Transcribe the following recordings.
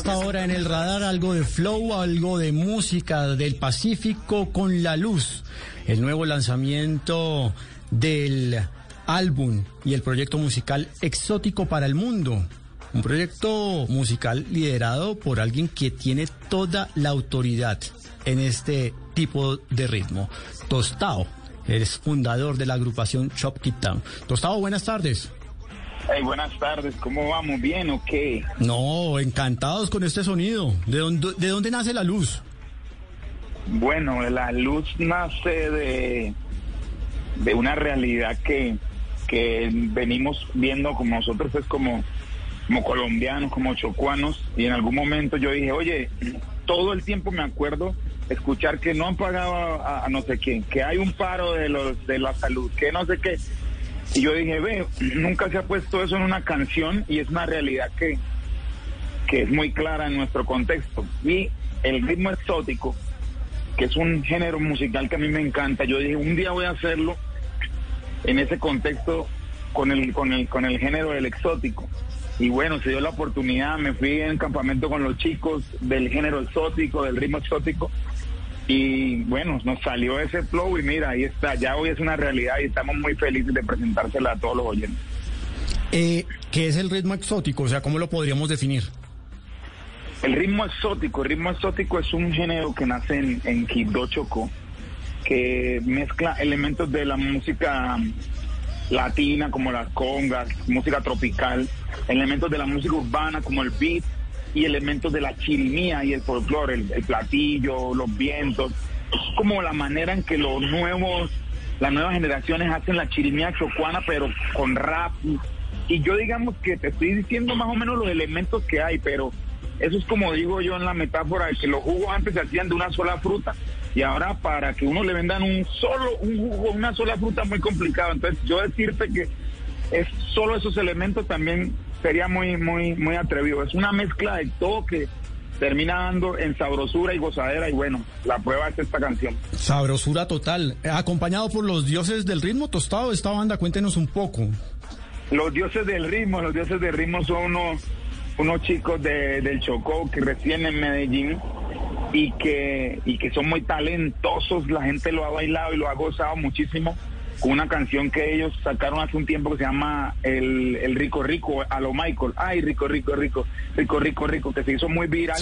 Hasta ahora en el radar algo de flow, algo de música del Pacífico con La Luz, el nuevo lanzamiento del álbum y el proyecto musical Exótico para el Mundo. Un proyecto musical liderado por alguien que tiene toda la autoridad en este tipo de ritmo. Tostao, eres fundador de la agrupación Chop It Down. Tostao, buenas tardes. Hey, buenas tardes, ¿cómo vamos? ¿Bien o qué? No, encantados con este sonido. ¿De dónde nace La Luz? Bueno, La Luz nace de una realidad que venimos viendo como nosotros, pues como colombianos, como chocuanos, y en algún momento yo dije, oye, todo el tiempo me acuerdo escuchar que no han pagado a no sé quién, que hay un paro de la salud, que no sé qué. Y yo dije, nunca se ha puesto eso en una canción y es una realidad que es muy clara en nuestro contexto. Y el ritmo exótico, que es un género musical que a mí me encanta, yo dije, un día voy a hacerlo en ese contexto con el género del exótico. Y bueno, se dio la oportunidad, me fui en campamento con los chicos del género exótico, del ritmo exótico. Y bueno, nos salió ese flow y mira, ahí está, ya hoy es una realidad y estamos muy felices de presentársela a todos los oyentes. ¿Qué es el ritmo exótico? O sea, ¿cómo lo podríamos definir? El ritmo exótico es un género que nace en Quibdó, Chocó, que mezcla elementos de la música latina como las congas, música tropical, elementos de la música urbana como el beat, y elementos de la chirimía y el folclore, el platillo, los vientos. Es como la manera en que las nuevas generaciones hacen la chirimía chocuana, pero con rap. Y yo digamos que te estoy diciendo más o menos los elementos que hay, pero eso es como digo yo en la metáfora de que los jugos antes se hacían de una sola fruta y ahora para que uno le vendan un jugo, una sola fruta es muy complicado. Entonces yo decirte que es solo esos elementos también sería muy atrevido. Es una mezcla de todo que termina dando en sabrosura y gozadera y bueno, la prueba es esta canción. Sabrosura total. Acompañado por los dioses del ritmo, Tostado, esta banda, cuéntenos un poco. Los dioses del ritmo son unos chicos del Chocó que residen en Medellín y que son muy talentosos. La gente lo ha bailado y lo ha gozado muchísimo con una canción que ellos sacaron hace un tiempo que se llama el Rico Rico, a lo Michael. Ay, Rico Rico, que se hizo muy viral.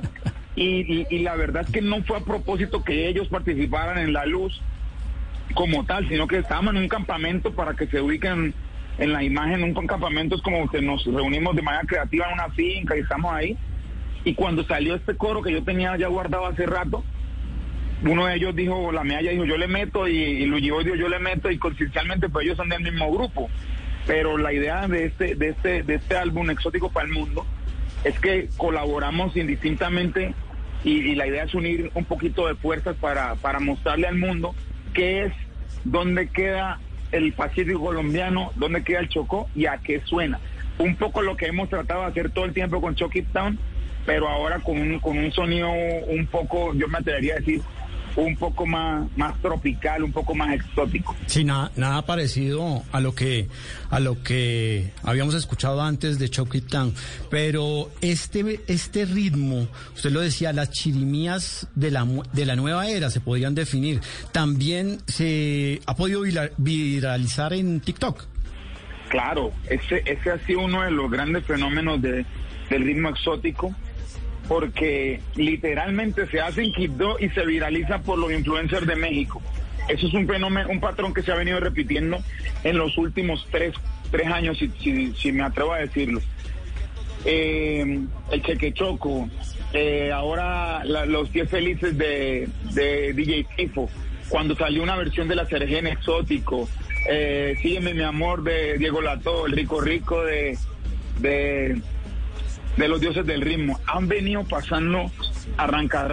Y la verdad es que no fue a propósito que ellos participaran en La Luz como tal, sino que estábamos en un campamento para que se ubiquen en la imagen. Un campamento es como que nos reunimos de manera creativa en una finca y estamos ahí. Y cuando salió este coro que yo tenía ya guardado hace rato, uno de ellos dijo, la medalla dijo, yo le meto, y Luigi dijo, yo le meto, y coincidencialmente pues ellos son del mismo grupo. Pero la idea de este álbum Exótico para el Mundo es que colaboramos indistintamente y la idea es unir un poquito de fuerzas para mostrarle al mundo qué es, dónde queda el Pacífico colombiano, dónde queda el Chocó y a qué suena. Un poco lo que hemos tratado de hacer todo el tiempo con Chop It Down, pero ahora con un sonido un poco, yo me atrevería a decir, un poco más tropical, un poco más exótico. Sí, nada parecido a lo que habíamos escuchado antes de Chop It Down, pero este ritmo, usted lo decía, las chirimías de la nueva era se podrían definir. También se ha podido viralizar en TikTok. Claro, ese ha sido uno de los grandes fenómenos del ritmo exótico, porque literalmente se hace en Quibdó y se viraliza por los influencers de México. Eso es un fenómeno, un patrón que se ha venido repitiendo en los últimos tres años, si me atrevo a decirlo. El Chequechoco, ahora los pies felices de DJ Tifo, cuando salió una versión de la Sergén Exótico, Sígueme mi amor de Diego Lató, el Rico Rico de los dioses del ritmo. Han venido pasando Arranca,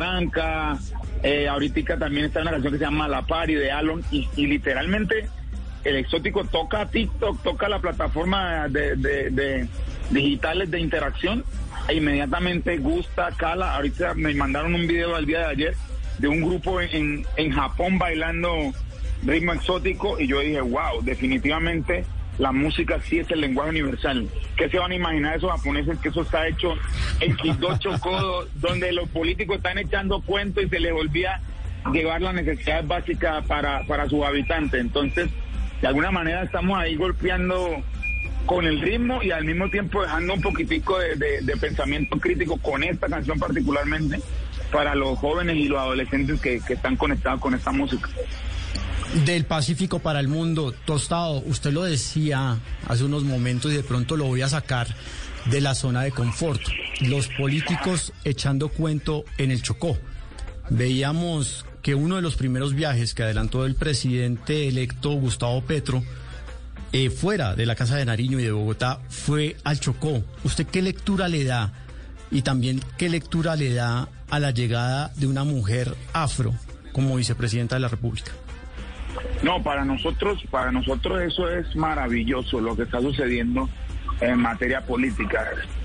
ahorita también está una canción que se llama La Party de Alon, y literalmente el exótico toca TikTok, toca la plataforma de digitales de interacción e inmediatamente gusta, cala. Ahorita me mandaron un video al día de ayer de un grupo en Japón bailando ritmo exótico y yo dije, wow, definitivamente la música sí es el lenguaje universal. ¿Qué se van a imaginar esos japoneses que eso está hecho en Quibdó, Chocó, donde los políticos están echando cuentos y se les olvida llevar las necesidades básicas para sus habitantes? Entonces, de alguna manera estamos ahí golpeando con el ritmo y al mismo tiempo dejando un poquitico de pensamiento crítico con esta canción particularmente para los jóvenes y los adolescentes que están conectados con esta música. Del Pacífico para el mundo, Tostado, usted lo decía hace unos momentos y de pronto lo voy a sacar de la zona de confort. Los políticos echando cuento en el Chocó. Veíamos que uno de los primeros viajes que adelantó el presidente electo Gustavo Petro fuera de la Casa de Nariño y de Bogotá fue al Chocó. ¿Usted qué lectura le da? Y también qué lectura le da a la llegada de una mujer afro como vicepresidenta de la República. No, para nosotros eso es maravilloso lo que está sucediendo en materia política.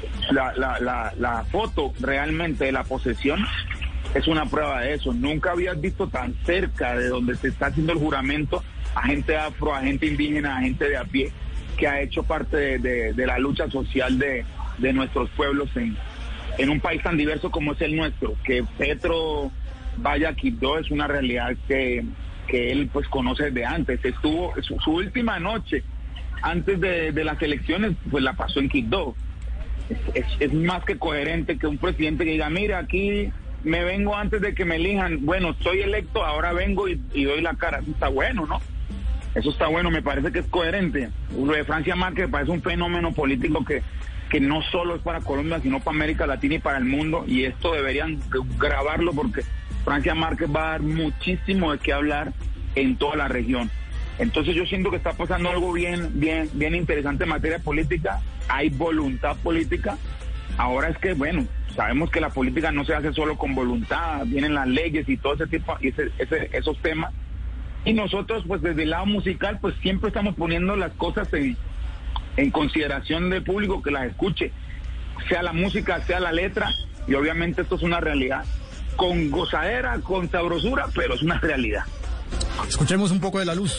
La foto realmente de la posesión es una prueba de eso. Nunca habías visto tan cerca de donde se está haciendo el juramento a gente afro, a gente indígena, a gente de a pie, que ha hecho parte de la lucha social de nuestros pueblos en un país tan diverso como es el nuestro. Que Petro vaya a Quibdó es una realidad que él pues conoce desde antes. Estuvo su última noche antes de las elecciones, pues la pasó en Quibdó. Es más que coherente que un presidente que diga, mira, aquí me vengo antes de que me elijan, bueno, estoy electo, ahora vengo y doy la cara. Eso está bueno, ¿no? Eso está bueno, me parece que es coherente. Lo de Francia Márquez me parece un fenómeno político que no solo es para Colombia, sino para América Latina y para el mundo, y esto deberían grabarlo porque Francia Márquez va a dar muchísimo de qué hablar en toda la región. Entonces yo siento que está pasando algo bien interesante en materia política. Hay voluntad política. Ahora es que, bueno, sabemos que la política no se hace solo con voluntad, vienen las leyes y todo ese tipo, esos temas. Y nosotros, pues desde el lado musical, pues siempre estamos poniendo las cosas en consideración del público que las escuche, sea la música, sea la letra, y obviamente esto es una realidad. Con gozadera, con sabrosura, pero es una realidad. Escuchemos un poco de La Luz.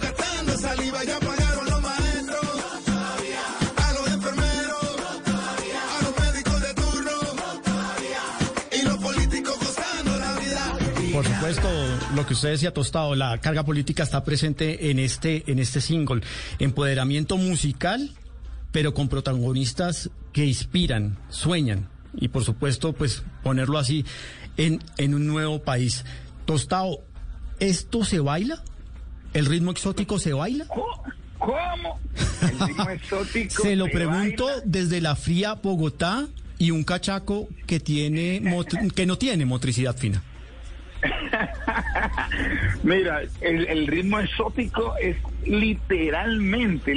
Por supuesto, lo que usted decía, Tostado, la carga política está presente en este single. Empoderamiento musical, pero con protagonistas que inspiran, sueñan. Y por supuesto, pues ponerlo así en un nuevo país. Tostado, ¿esto se baila? ¿El ritmo exótico se baila? ¿Cómo? El ritmo exótico se lo pregunto baila desde la fría Bogotá y un cachaco que no tiene motricidad fina. Mira, el ritmo exótico es literalmente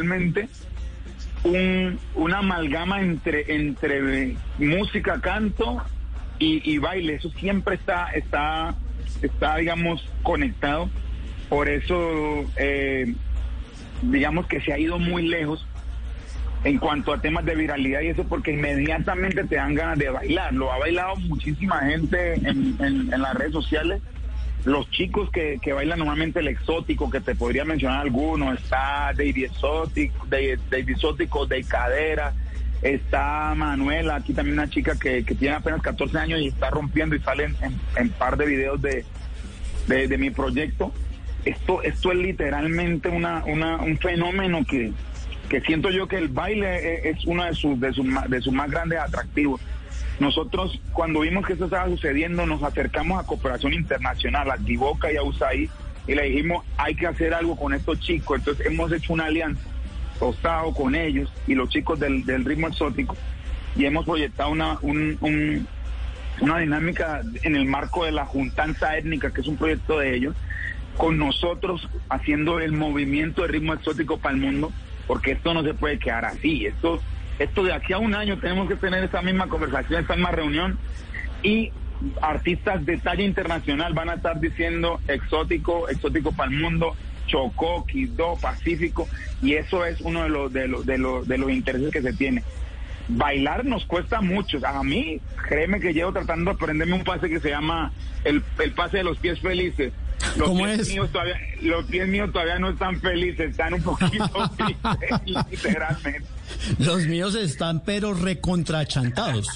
una amalgama entre música, canto y baile. Eso siempre está digamos conectado. Por eso digamos que se ha ido muy lejos en cuanto a temas de viralidad y eso, porque inmediatamente te dan ganas de bailar. Lo ha bailado muchísima gente en las redes sociales. Los chicos que bailan normalmente el exótico, que te podría mencionar algunos, está David Exótico, de Cadera, está Manuela, aquí también una chica que tiene apenas 14 años y está rompiendo y sale en par de videos de mi proyecto. Esto es literalmente un fenómeno que siento yo que el baile es uno de sus más grandes atractivos. Nosotros, cuando vimos que esto estaba sucediendo, nos acercamos a Cooperación Internacional, a Divoca y a USAID, y le dijimos, hay que hacer algo con estos chicos. Entonces hemos hecho una alianza, Tostado con ellos y los chicos del ritmo exótico, y hemos proyectado una dinámica en el marco de la Juntanza Étnica, que es un proyecto de ellos, con nosotros haciendo el movimiento de ritmo exótico para el mundo, porque esto no se puede quedar así. Esto de aquí a un año tenemos que tener esta misma conversación, esta misma reunión, y artistas de talla internacional van a estar diciendo exótico para el mundo, Chocó, Quibdó, Pacífico, y eso es uno de los intereses que se tiene. Bailar nos cuesta mucho. A mí, créeme que llevo tratando de aprenderme un pase que se llama el pase de los pies felices. ¿Cómo es? Los pies míos todavía no están felices, están un poquito tristes, literalmente. Los míos están pero recontrachantados.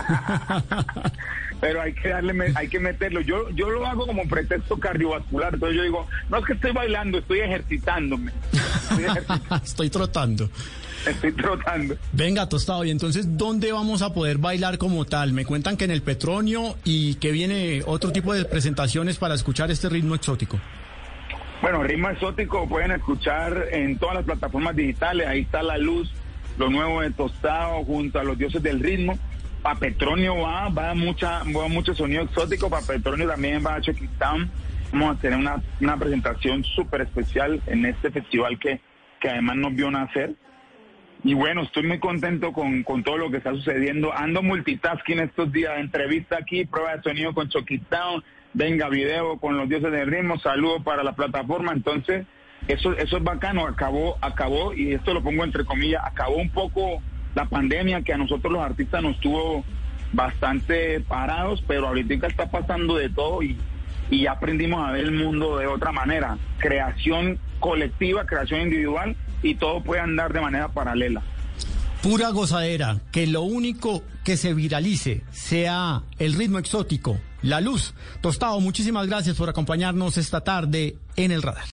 Pero hay que meterlo. Yo lo hago como pretexto cardiovascular. Entonces yo digo, no es que estoy bailando, estoy ejercitándome. Estoy trotando. Estoy trotando. Venga, Tostado, y entonces, ¿dónde vamos a poder bailar como tal? Me cuentan que en el Petronio y que viene otro tipo de presentaciones para escuchar este ritmo exótico. Bueno, ritmo exótico pueden escuchar en todas las plataformas digitales. Ahí está La Luz, lo nuevo de Tostado junto a los dioses del ritmo. Para Petronio va mucho sonido exótico. Para Petronio también va a Chucky Town. Vamos a tener una presentación súper especial en este festival que además nos vio nacer. Y bueno, estoy muy contento con todo lo que está sucediendo. Ando multitasking estos días, entrevista aquí, prueba de sonido con Chucky Town, venga, video con los dioses del ritmo, saludo para la plataforma. Entonces, eso es bacano. Acabó, y esto lo pongo entre comillas, acabó un poco la pandemia que a nosotros los artistas nos tuvo bastante parados, pero ahorita está pasando de todo y ya aprendimos a ver el mundo de otra manera. Creación colectiva, creación individual, y todo puede andar de manera paralela. Pura gozadera, que lo único que se viralice sea el ritmo exótico, La Luz. Tostado, muchísimas gracias por acompañarnos esta tarde en El Radar.